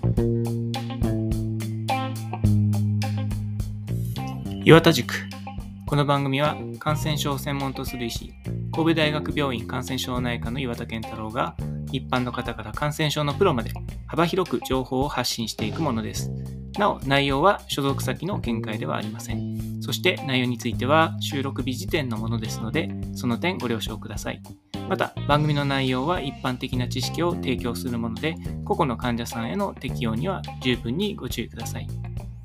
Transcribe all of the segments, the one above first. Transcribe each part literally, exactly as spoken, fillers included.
岩田塾。この番組は感染症を専門とする医師、神戸大学病院感染症内科の岩田健太郎が一般の方から感染症のプロまで幅広く情報を発信していくものです。なお、内容は所属先の見解ではありません。そして内容については収録日時点のものですので、その点ご了承ください。また、番組の内容は一般的な知識を提供するもので、個々の患者さんへの適用には十分にご注意ください。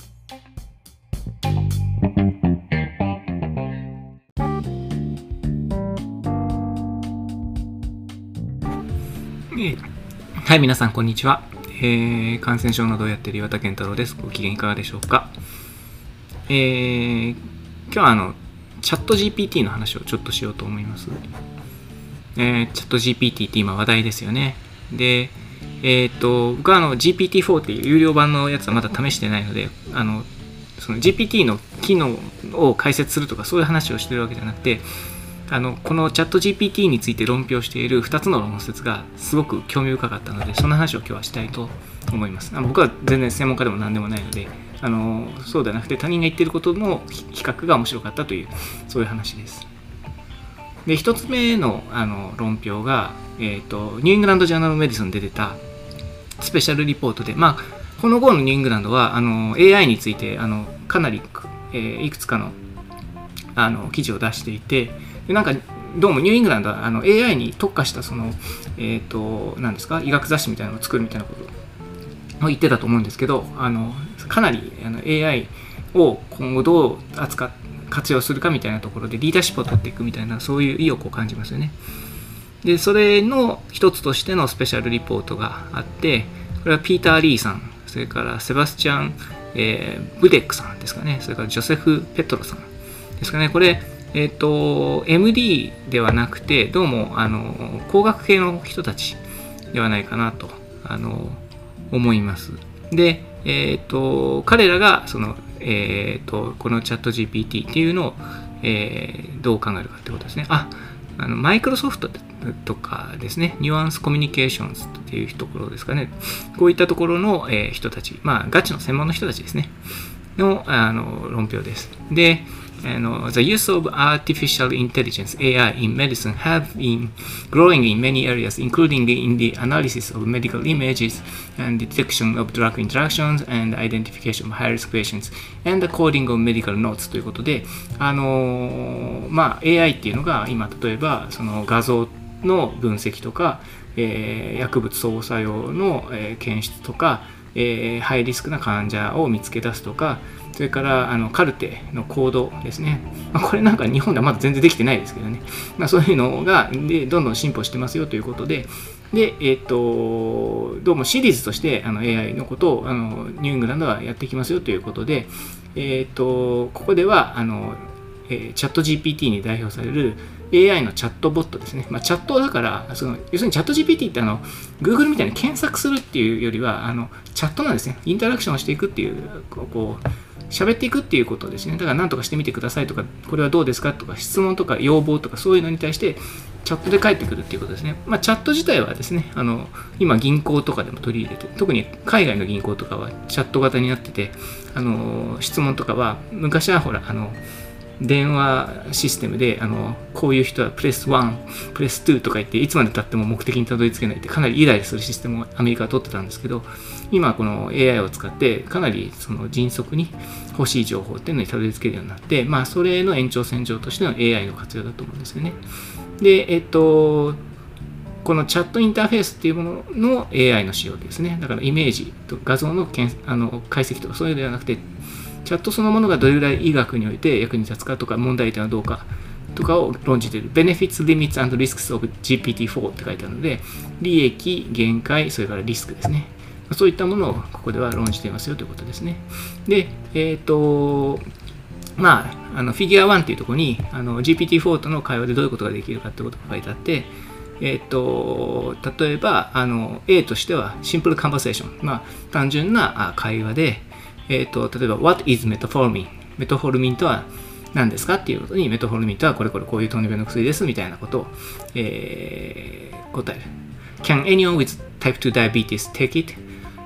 はい、皆さんこんにちは。えー、感染症などをやっている岩田健太郎です。ご機嫌いかがでしょうか。えー、今日はあのチャット ジーピーティー の話をちょっとしようと思います。えー、チャット ジーピーティー って今話題ですよね。で、えー、っと僕はあの ジーピーティーフォー っていう有料版のやつはまだ試してないので、あのその ジーピーティー の機能を解説するとかそういう話をしてるわけじゃなくて、あのこのチャット ジーピーティー について論評しているふたつの論説がすごく興味深かったので、その話を今日はしたいと思います。あの僕は全然専門家でも何でもないので、あのそうではなくて他人が言っていることの比較が面白かったという、そういう話です。で、ひとつめ の, あの論評が、えーと、ニューイングランドジャーナルメディスンで出てたスペシャルリポートで、まあ、この後のニューイングランドはあの エーアイ についてあのかなり、えー、いくつか の, あの記事を出していて、でなんかどうもニューイングランドはあの エーアイ に特化したその、えーと、何ですか、医学雑誌みたいなのを作るみたいなことを言ってたと思うんですけど、あのかなりあの エーアイ を今後どう扱っ活用するかみたいなところでリーダーシップを取っていくみたいな、そういう意欲を感じますよね。で、それの一つとしてのスペシャルリポートがあって、これはピーター・リーさん、それからセバスチャン、えー、ブデックさんですかね、それからジョセフ・ペトロさんですかね。これ、えっと、エムディー ではなくて、どうもあの工学系の人たちではないかなとあの思います。で、えっと、彼らがそのえー、とこのチャット ジーピーティー っていうのを、えー、どう考えるかってことですね。あ、あのマイクロソフトとかですね、ニュアンスコミュニケーションズっていうところですかね。こういったところの、えー、人たち、まあガチの専門の人たちですねの、あの論評です。で、Uh, the use of artificial intelligence (エーアイ) in medicine have been growing in many areas, including in the analysis of medical images and detection of drug interactions and identification of high-risk patients and the coding of medical notes ということで、あのーまあ、エーアイ っていうのが今例えばその画像の分析とか、えー、薬物相互作用の、えー、検出とか、えー、ハイリスクな患者を見つけ出すとか、それからあのカルテのコードですね、まあ、これなんか日本ではまだ全然できてないですけどね、まあ、そういうのがでどんどん進歩してますよということで、で、えっと、どうもシリーズとしてあの エーアイ のことをあのニューイングランドはやっていきますよということで、えっと、ここではあの、えー、チャット ジーピーティー に代表される エーアイ のチャットボットですね。まあ、チャットだからその、要するにチャット ジーピーティー ってあの Google みたいに検索するっていうよりはあのチャットなんですね。インタラクションをしていくっていう、こう喋っていくっていうことですね。だから何とかしてみてくださいとか、これはどうですかとか、質問とか要望とか、そういうのに対してチャットで返ってくるっていうことですね。まあ、チャット自体はですね、あの今銀行とかでも取り入れて、特に海外の銀行とかはチャット型になってて、あの質問とかは昔はほらあの電話システムであのこういう人はプレスワン、プレスツーとか言っていつまで経っても目的にたどり着けないってかなりイライラするシステムをアメリカは取ってたんですけど、今この エーアイ を使ってかなりその迅速に欲しい情報っていうのにたどり着けるようになって、まあそれの延長線上としての エーアイ の活用だと思うんですよね。で、えっとこのチャットインターフェースっていうものの エーアイ の使用ですね。だからイメージと画像のけんあの解析とかそういうのではなくて、チャットそのものがどれぐらい医学において役に立つかとか、問題点はどうかとかを論じている Benefits, Limits and Risks of ジーピーティーフォー って書いてあるので、利益、限界、それからリスクですね。そういったものをここでは論じていますよということですね。で、えっと、まあ、あのフィギュアワンっていうところにあの ジーピーティーフォー との会話でどういうことができるかってことが書いてあって、えっと、例えばあの A としてはシンプルカンバセーション、まあ、単純な会話で、えー、と例えば What is metformin? メトフォルミンとは何ですかっていうことに、メトフォルミンとはこれこれこういう糖尿病の薬ですみたいなことを、えー、答える。Can anyone with type ツー diabetes take it?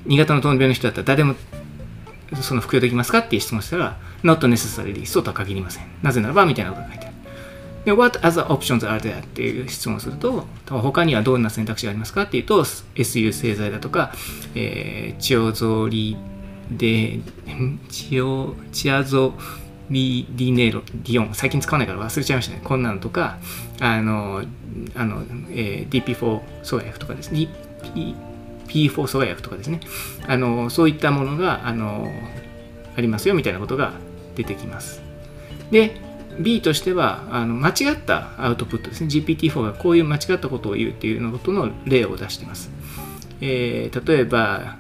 新潟の糖尿病の人だったら誰でもその服用できますかっていう質問したら Not necessarily そうとは限りません。なぜならばみたいなことが書いてある。で What other options are there っていう質問をすると、他にはどんな選択肢がありますかっていうと エスユー 製剤だとか、えー、チオゾリでチオチアゾリリネロリオン、最近使わないから忘れちゃいましたね。こんなのとかあのあの、えー、ディーピーフォー 阻害薬とかですね、 ディーピーフォー 阻害薬とかですね、あのそういったものがあのありますよみたいなことが出てきます。でB としてはあの間違ったアウトプットですね。 ジーピーティーフォー がこういう間違ったことを言うっていうのことの例を出しています。えー、例えば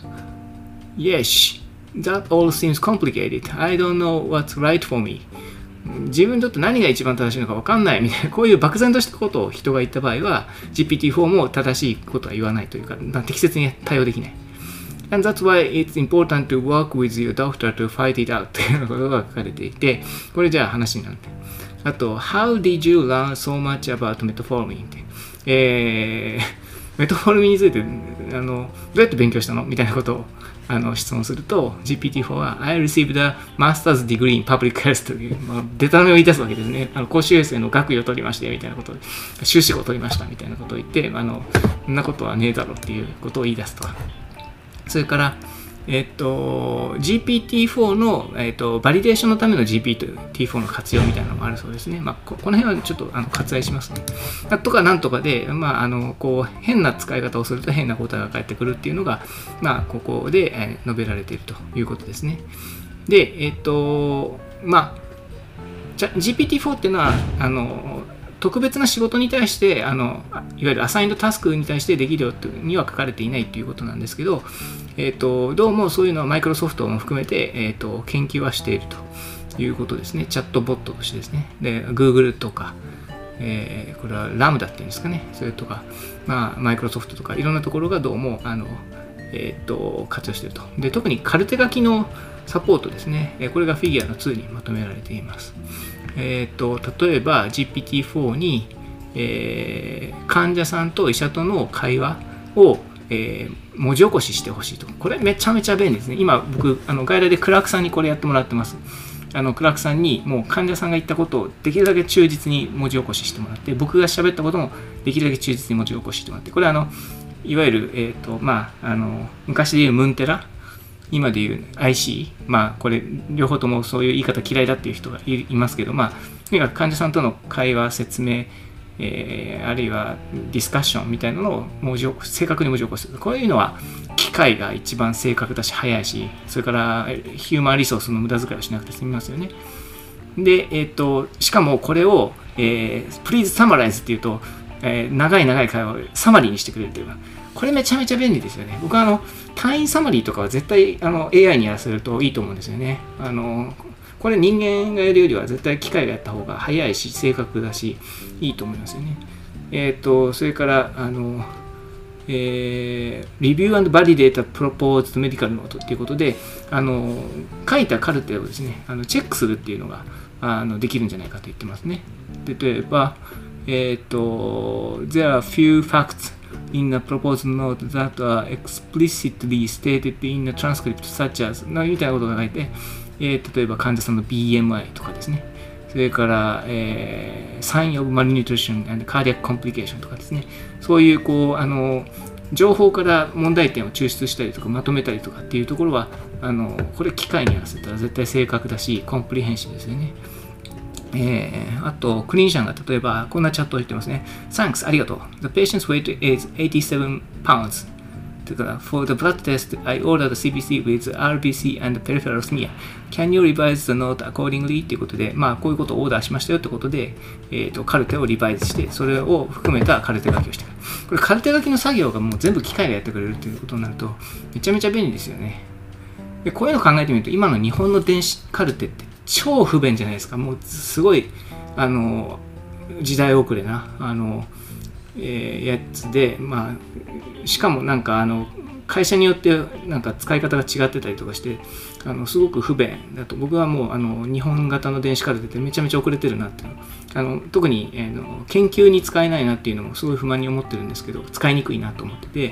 Yes, that all seems complicated. I don't know what's right for me. 自分にとって何が一番正しいのか分かんないみたいな、こういう漠然としたことを人が言った場合は ジーピーティーフォー も正しいことは言わないというか、適切に対応できない。And that's why it's important to work with your doctor to fight it out ということが書かれていて、これじゃあ話になる。あと、How did you learn so much about metformin? って、えー、メトフォルミンについてあのどうやって勉強したのみたいなことをあの質問すると ジーピーティーフォー は I received a master's degree in public health という、まあ、デタラメを言い出すわけですね。あの公衆衛生の学位を取りましてみたいなことで、修士号を取りましたみたいなことを言って、あのそんなことはねえだろっていうことを言い出すと。それから、えっと、ジーピーティーフォー の、えっと、バリデーションのための ジーピーティーフォー の活用みたいなのもあるそうですね。まあ、こ, この辺はちょっとあの割愛しますね。なんとかなんとかで、まあ、あのこう変な使い方をすると変な答えが返ってくるっていうのが、まあ、ここで、えー、述べられているということですね。で、えっと、まあ、ジーピーティーフォー っていうのは、あの、特別な仕事に対してあのいわゆるアサインドタスクに対してできるよというには書かれていないということなんですけど、えー、とどうもそういうのはマイクロソフトも含めて、えー、と研究はしているということですね。チャットボットとしてですね。で Google とか、えー、これはラムダっていうんですかね、それとか、まあ、マイクロソフトとかいろんなところがどうもあの、えー、と活用していると。で特にカルテ書きのサポートですね。これがフィギュアのツーにまとめられています。えー、と例えば ジーピーティーフォー に、えー、患者さんと医者との会話を、えー、文字起こししてほしいと。これめちゃめちゃ便利ですね。今僕あの外来でクラークさんにこれやってもらってます。あのクラークさんにもう患者さんが言ったことをできるだけ忠実に文字起こししてもらって、僕が喋ったこともできるだけ忠実に文字起こししてもらって、これあのいわゆる、えーとまあ、あの昔でいうムンテラ、今でいう アイシー、まあこれ両方ともそういう言い方嫌いだっていう人が い, いますけど、まあとにかく患者さんとの会話、説明、えー、あるいはディスカッションみたいなのを文字を正確に文字起こす。こういうのは機械が一番正確だし早いし、それからヒューマンリソースの無駄遣いをしなくて済みますよね。で、えっと、しかもこれを、えー、Please summarize っていうと、えー、長い長い会話をサマリーにしてくれるというか、これめちゃめちゃ便利ですよね。僕はあの単位サマリーとかは絶対あの エーアイ にやらせるといいと思うんですよね。あのこれ人間がやるよりは絶対機械がやった方が早いし正確だしいいと思いますよね。えっとそれからあの、えー、Review and Validate a Proposed Medical Note ということで、あの書いたカルテをですねあのチェックするっていうのがあのできるんじゃないかと言ってますね。例えば、えっと There are few facts in a proposed note that are explicitly stated in a transcript such as みたいなことが書いて、えー、例えば患者さんの ビーエムアイ とかですね、それから、えー、sign of malnutrition and cardiac complication とかですね、そういうこうあの情報から問題点を抽出したりとかまとめたりとかっていうところはあのこれ機械に合わせたら絶対正確だしコンプリヘンシブですよね。えー、あと、クリニシャンが例えばこんなチャットを言ってますね。Thanks、ありがとう。The patient's weight is eighty-seven pounds. というか、For the blood test, I ordered a シービーシー with アールビーシー and peripheral smear. Can you revise the note accordingly? ということで、まあ、こういうことをオーダーしましたよということで、えーと、カルテをリバイズして、それを含めたカルテ書きをしてくる。これ、カルテ書きの作業がもう全部機械がやってくれるということになると、めちゃめちゃ便利ですよね。でこういうのを考えてみると、今の日本の電子カルテって超不便じゃないですか。もうすごいあの時代遅れなあの、えー、やつで、まあ、しかもなんかあの会社によってなんか使い方が違ってたりとかしてあのすごく不便だと。僕はもうあの日本型の電子カルテってめちゃめちゃ遅れてるなっていうのあの特に、えー、の研究に使えないなっていうのもすごい不満に思ってるんですけど、使いにくいなと思ってて、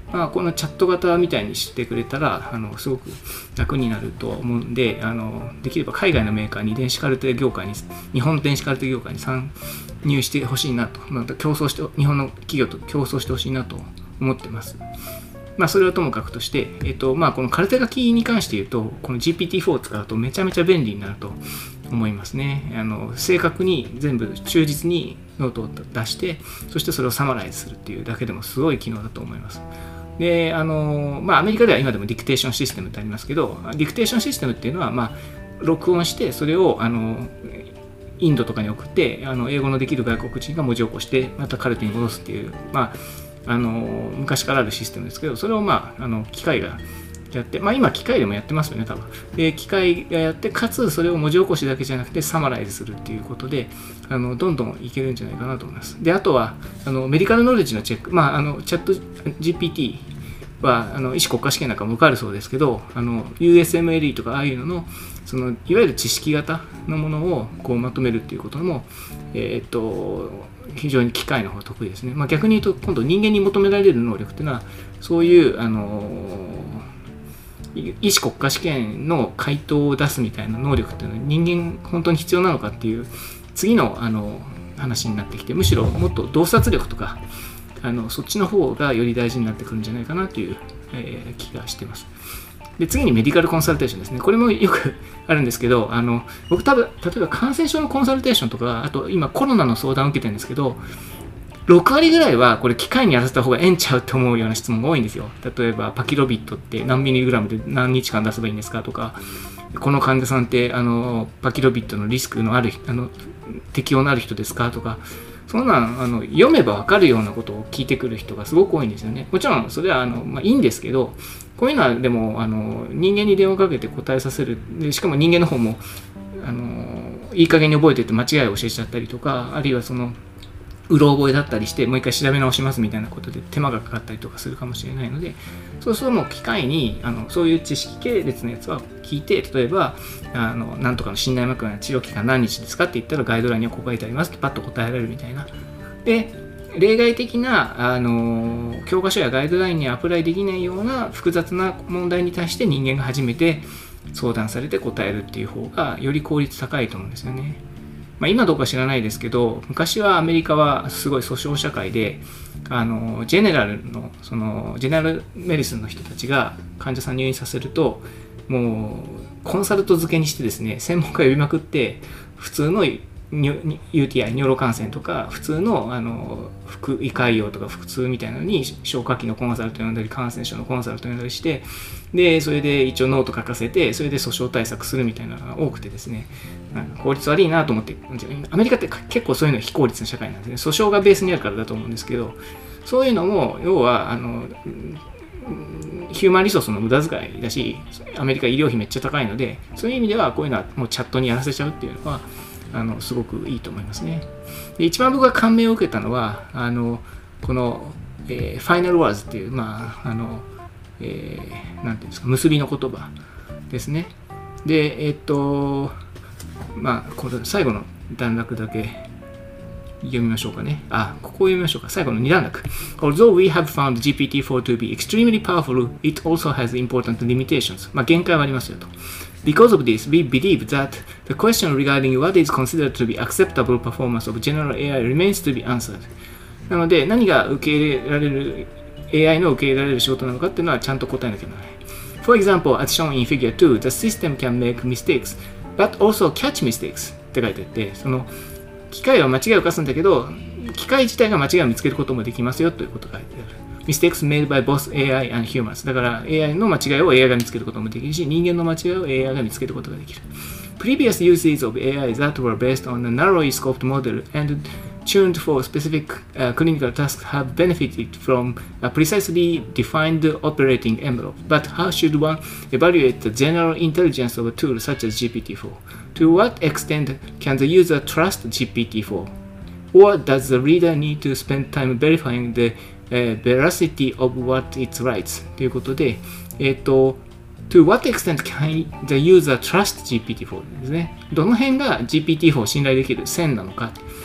まあ、このチャット型みたいにしてくれたらあのすごく楽になると思うんで、あのできれば海外のメーカーに電子カルテ業界に日本電子カルテ業界に参入してほしいなと、また競争して日本の企業と競争してほしいなと思ってます。まあ、それはともかくとして、えっとまあ、このカルテ書きに関して言うと、この ジーピーティーフォー を使うとめちゃめちゃ便利になると思いますね。あの正確に全部忠実にノートを出して、そしてそれをサマライズするっていうだけでもすごい機能だと思います。で、あの、まあ、アメリカでは今でもディクテーションシステムってありますけど、ディクテーションシステムっていうのは、まあ、録音して、それを、あの、インドとかに送って、あの英語のできる外国人が文字起こして、またカルテに戻すっていう、まあ、あの昔からあるシステムですけど、それを、まあ、あの機械がやって、まあ、今機械でもやってますよね、多分。で、機械がやって、かつそれを文字起こしだけじゃなくてサマライズするっていうことで、あのどんどんいけるんじゃないかなと思います。で、あとはあのメディカルノレッジのチェック、まあ、あのチャット ジーピーティー はあの医師国家試験なんかも受かるそうですけど、あの ユーエスエムエルイー とかああいうのの、そのいわゆる知識型のものをこうまとめるっていうことも、えー、っと非常に機械の方が得意ですね。まあ、逆に言うと、今度人間に求められる能力っていうのは、そういうあの医師国家試験の回答を出すみたいな能力っていうのは人間本当に必要なのかっていう次のあの話になってきて、むしろもっと洞察力とかあのそっちの方がより大事になってくるんじゃないかなという、えー、気がしています。で、次にメディカルコンサルテーションですね。これもよくあるんですけど、あの僕多分例えば感染症のコンサルテーションとか、あと今コロナの相談を受けてるんですけど、ろく割ぐらいはこれ機械にやらせた方がええんちゃうって思うような質問が多いんですよ。例えばパキロビットって何ミリグラムで何日間出せばいいんですかとか、この患者さんってあのパキロビットのリスクのあるあの適応のある人ですかとか、そんなんあの読めば分かるようなことを聞いてくる人がすごく多いんですよね。もちろんそれはあの、まあ、いいんですけど、こういうのはでもあの人間に電話かけて答えさせる。でしかも人間の方もあのいい加減に覚えてて間違いを教えちゃったりとか、あるいはそのうろ覚えだったりして、もう一回調べ直しますみたいなことで手間がかかったりとかするかもしれないので、そうするともう機械にあのそういう知識系列のやつは聞いて、例えばあのなんとかの診断膜の治療期間何日ですかって言ったらガイドラインにはここ書いてありますってパッと答えられるみたいな。で、例外的なあの教科書やガイドラインにアプライできないような複雑な問題に対して人間が初めて相談されて答えるっていう方がより効率高いと思うんですよね。まあ、今どうか知らないですけど、昔はアメリカはすごい訴訟社会で、あのジェネラルのそのジェネラルメディスンの人たちが患者さん入院させると、もうコンサルト付けにしてですね、専門家呼びまくって、普通のユーティーアイ、尿路感染とか、普通のあの副胃潰瘍とか腹痛みたいなのに消化器のコンサルト呼んだり、感染症のコンサルト呼んだりして、でそれで一応ノート書かせて、それで訴訟対策するみたいなのが多くてですね、効率悪いなと思って、アメリカって結構そういうの非効率な社会なんですね。訴訟がベースにあるからだと思うんですけど、そういうのも要はあのヒューマンリソースの無駄遣いだし、アメリカ医療費めっちゃ高いので、そういう意味ではこういうのはもうチャットにやらせちゃうっていうのはあのすごくいいと思いますね。で、一番僕が感銘を受けたのはあのこの、えー、ファイナルワーズっていう、まああのえー、なんていうんですか、結びの言葉ですね。で、えっとまあこれ最後の段落だけ読みましょうかね。あ、ここを読みましょうか。最後のに段落。Although we have found ジーピーティーフォー to be extremely powerful, it also has important limitations. まあ限界はありますよと。Because of this, we believe that the question regarding what is considered to be acceptable performance of general エーアイ remains to be answered. なので、何が受け入れられる、エーアイ の受け入れられる仕事なのかっていうのはちゃんと答えなきゃならない。For example, as shown in figure two, the system can make mistakes, but also catch mistakes って書いてあって、その機械は間違いを犯すんだけど、機械自体が間違いを見つけることもできますよということが書いてある。Mistakes made by both エーアイ and humans。だから エーアイ の間違いを エーアイ が見つけることもできるし、人間の間違いを エーアイ が見つけることができる。Previous uses of エーアイ that were based on a narrowly scoped model and tuned for specific、uh, clinical tasks have benefited from a precisely defined operating envelope. But how should one evaluate the general intelligence of a tool such as ジーピーティーフォー? To what extent can the user trust ジーピーティーフォー? Or does the reader need to spend time verifying the、uh, veracity of what it writes? ということで、えっと、To what extent can the user trust ジーピーティーフォー ですね。どの辺が ジーピーティーフォー を信頼できる線なのか。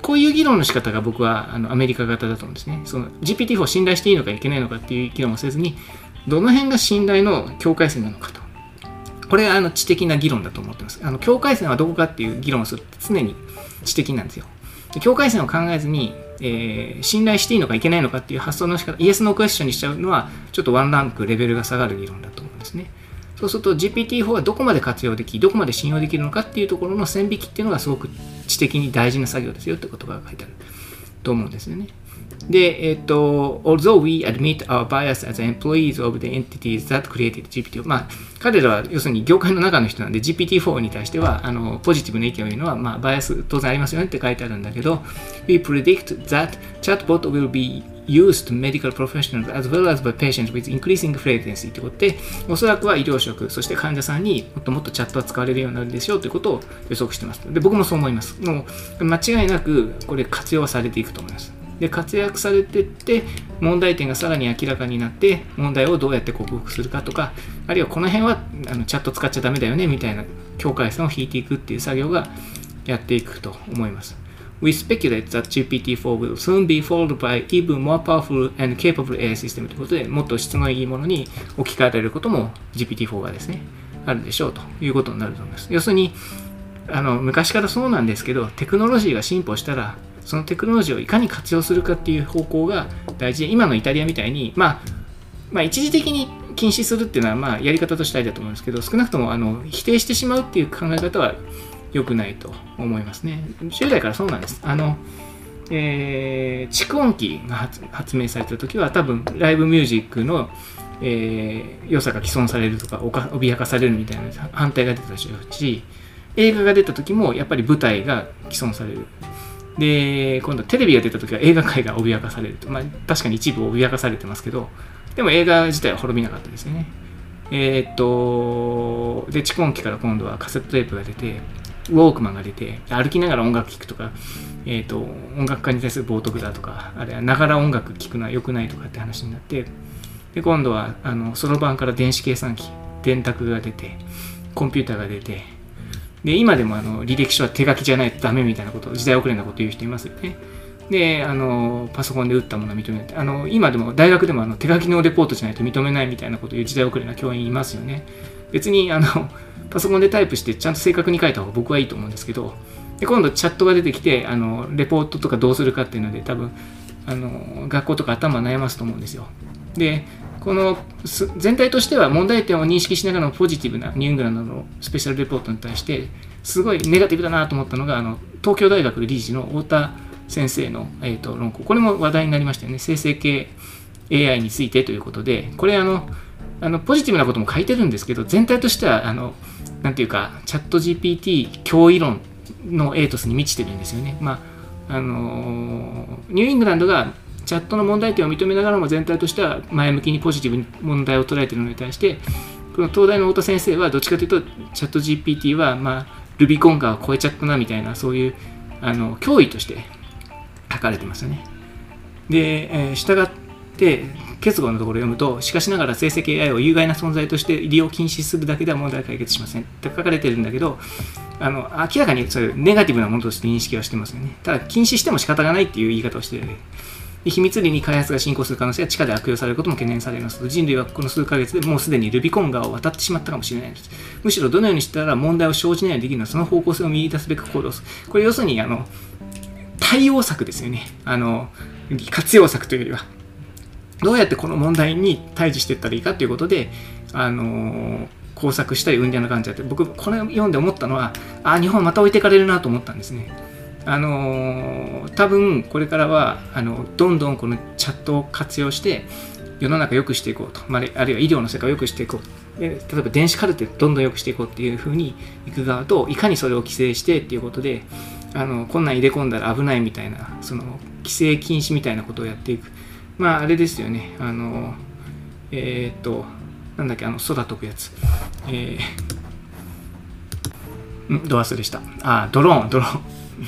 こういう議論の仕方が僕はあのアメリカ型だと思うんですね。その ジーピーティーフォー を信頼していいのかいけないのかっていう議論をせずに、どの辺が信頼の境界線なのかと。これはあの知的な議論だと思ってます。あの境界線はどこかっていう議論をするって常に知的なんですよ。で境界線を考えずに、えー、信頼していいのかいけないのかっていう発想の仕方、イエスノークエスチョンにしちゃうのは、ちょっとワンランクレベルが下がる議論だと思うんですね。そうすると ジーピーティーフォー はどこまで活用でき、どこまで信用できるのかっていうところの線引きっていうのがすごく知的に大事な作業ですよってことが書いてあると思うんですよね。で、えっと、although we admit our bias as employees of the entities that created ジーピーティーフォー、まあ、彼らは要するに業界の中の人なんで ジーピーティーフォー に対してはあのポジティブな意見を言うのは、まあ、バイアス当然ありますよねって書いてあるんだけど、We predict that chatbot will be used to medical professionals as well as by patients with increasing frequency ということで、おそらくは医療職、そして患者さんにもっともっとチャットが使われるようになるでしょうということを予測しています。で、僕もそう思います。もう間違いなくこれ活用されていくと思います。で、活躍されていって問題点がさらに明らかになって問題をどうやって克服するかとか、あるいはこの辺はあのチャット使っちゃダメだよねみたいな境界線を引いていくっていう作業がやっていくと思います。We speculate that ジーピーティーフォー will soon be followed by even more powerful and capable エーアイ system ということで、もっと質のいいものに置き換えられることも ジーピーティーフォー がですね、あるでしょうということになると思います。要するに、あの昔からそうなんですけど、テクノロジーが進歩したら、そのテクノロジーをいかに活用するかっていう方向が大事で、今のイタリアみたいに、まあ、まあ、一時的に禁止するっていうのは、まあ、やり方としてありだと思うんですけど、少なくともあの否定してしまうっていう考え方は良くないと思いますね。じゅう代からそうなんです。あの、えー、蓄音機が 発, 発明された時は、多分ライブミュージックの、えー、良さが毀損されるとか、おか脅かされるみたいな反対が出たでしょうし、映画が出た時もやっぱり舞台が毀損される。で、今度テレビが出た時は映画界が脅かされると。まあ、確かに一部脅かされてますけど、でも映画自体は滅びなかったですよね。えー、っと、で、蓄音機から今度はカセットテープが出て、ウォークマンが出て、歩きながら音楽聴くとか、えー、っと、音楽家に対する冒涜だとか、あるいはながら音楽聴くのは良くないとかって話になって、で、今度はあのそろばんから電子計算機、電卓が出て、コンピューターが出て、で、今でもあの履歴書は手書きじゃないとダメみたいなこと、時代遅れなこと言う人いますよね。で、あの、パソコンで打ったものは認めない。あの、今でも、大学でもあの手書きのレポートじゃないと認めないみたいなことを言う時代遅れな教員いますよね。別に、あの、パソコンでタイプしてちゃんと正確に書いた方が僕はいいと思うんですけど、で今度チャットが出てきて、あの、レポートとかどうするかっていうので、多分、あの、学校とか頭悩ますと思うんですよ。で、この全体としては問題点を認識しながらのポジティブなニューイングランドのスペシャルレポートに対してすごいネガティブだなと思ったのが、あの東京大学理事の太田先生の、えー、と論考、これも話題になりましたよね。生成系 エーアイ についてということで、これあのあのポジティブなことも書いてるんですけど、全体としてはあのなんていうかチャット ジーピーティー 脅威論のエイトスに満ちてるんですよね。まああのニューイングランドがチャットの問題点を認めながらも全体としては前向きにポジティブに問題を捉えているのに対して、この東大の太田先生はどっちかというとチャット ジーピーティー は、まあ、ルビコン川を超えちゃったなみたいな、そういうあの脅威として書かれてますよね。で、えー、従って結合のところを読むと、しかしながら生成系 エーアイ を有害な存在として利用禁止するだけでは問題は解決しませんって書かれてるんだけど、あの明らかにそういうネガティブなものとして認識はしてますよね。ただ禁止しても仕方がないっていう言い方をしているだけで、秘密裏に開発が進行する可能性は地下で悪用されることも懸念されますと、人類はこの数ヶ月でもうすでにルビコン川を渡ってしまったかもしれないです。むしろどのようにしたら問題を生じないようにできるのは、その方向性を見出すべく行動する。これ要するにあの対応策ですよね。あの活用策というよりは、どうやってこの問題に対峙していったらいいかということで、あの工作したりうんじゃな感じだって、僕これを読んで思ったのは、あ、日本また置いていかれるなと思ったんですね。あの多分これからはあのどんどんこのチャットを活用して世の中良くしていこうと、まあ、あるいは医療の世界を良くしていこう、で例えば電子カルテどんどん良くしていこうっていう風にいく側と、いかにそれを規制してっていうことで、あのこんなん入れ込んだら危ないみたいな、その規制禁止みたいなことをやっていく。まああれですよね、あのえー、っとなんだっけ、あの空飛ぶやつ、えー、んど忘れした。あ、ドローンドローン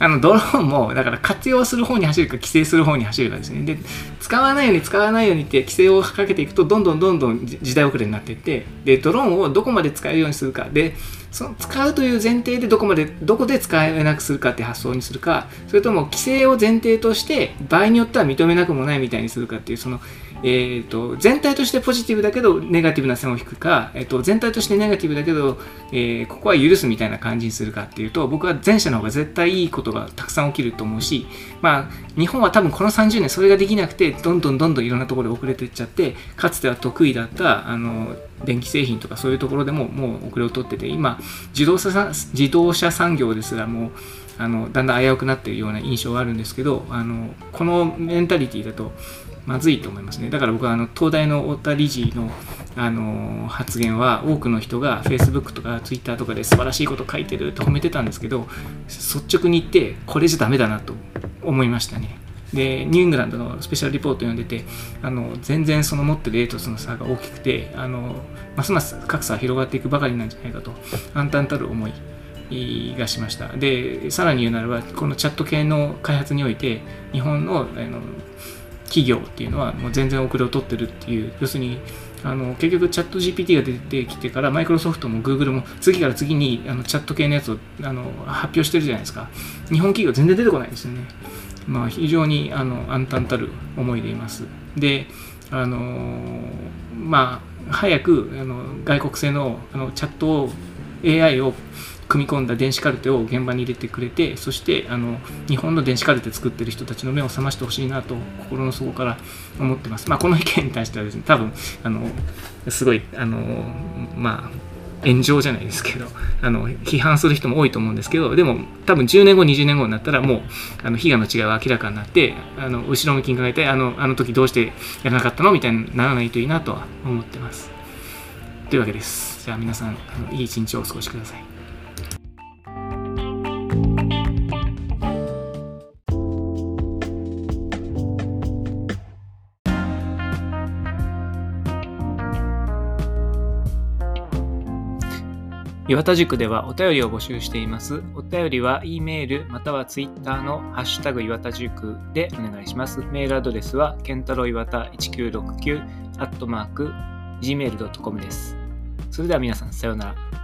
あのドローンもだから活用する方に走るか規制する方に走るかですね。で使わないように使わないようにって規制をかけていくとどんどんどんどん時代遅れになっていって、でドローンをどこまで使えるようにするかで、その使うという前提でどこまでどこで使えなくするかって発想にするか、それとも規制を前提として場合によっては認めなくもないみたいにするかっていう、そのえー、と全体としてポジティブだけどネガティブな線を引くか、えー、と全体としてネガティブだけど、えー、ここは許すみたいな感じにするかっていうと、僕は前者の方が絶対いいことがたくさん起きると思うし、まあ、日本は多分このさんじゅうねんそれができなくてどんどんどんどんいろんなところで遅れていっちゃって、かつては得意だったあの電気製品とかそういうところでももう遅れを取ってて、今自動車自動車産業ですらもうあのだんだん危うくなっているような印象があるんですけど、あのこのメンタリティだとまずいと思いますね。だから僕はあの東大の太田理事の、あのー、発言は多くの人が Facebook とか Twitter とかで素晴らしいこと書いてると褒めてたんですけど、率直に言ってこれじゃダメだなと思いましたね。でニューイングランドのスペシャルリポートを読んでて、あの全然その持ってる A とその差が大きくて、あのますます格差は広がっていくばかりなんじゃないかと暗淡たる思いがしました。でさらに言うならば、このチャット系の開発において日本の、あの企業っていうのはもう全然遅れを取ってるっていう、要するにあの結局チャット ジーピーティー が出てきてからマイクロソフトもグーグルも次から次にあのチャット系のやつをあの発表してるじゃないですか。日本企業全然出てこないですよね。まあ非常にあの暗淡たる思いでいます。であのまあ早くあの外国製のあのチャットを エーアイ を組み込んだ電子カルテを現場に入れてくれて、そしてあの日本の電子カルテ作ってる人たちの目を覚ましてほしいなと心の底から思ってます。まあこの意見に対してはですね、多分あのすごいあのまあ炎上じゃないですけど、あの批判する人も多いと思うんですけど、でも多分じゅうねんごにじゅうねんごになったらもうあの悲願の違いは明らかになって、あの後ろ向きに考えてあのあの時どうしてやらなかったのみたいにならないといいなとは思ってます。というわけです。じゃあ皆さんあのいい一日をお過ごしください。岩田塾ではお便りを募集しています。お便りは E メールまたは Twitter のハッシュタグ岩田塾でお願いします。メールアドレスはケンタロウ岩田いちきゅうろくきゅうアットマークジーメールドットコムです。それでは皆さんさようなら。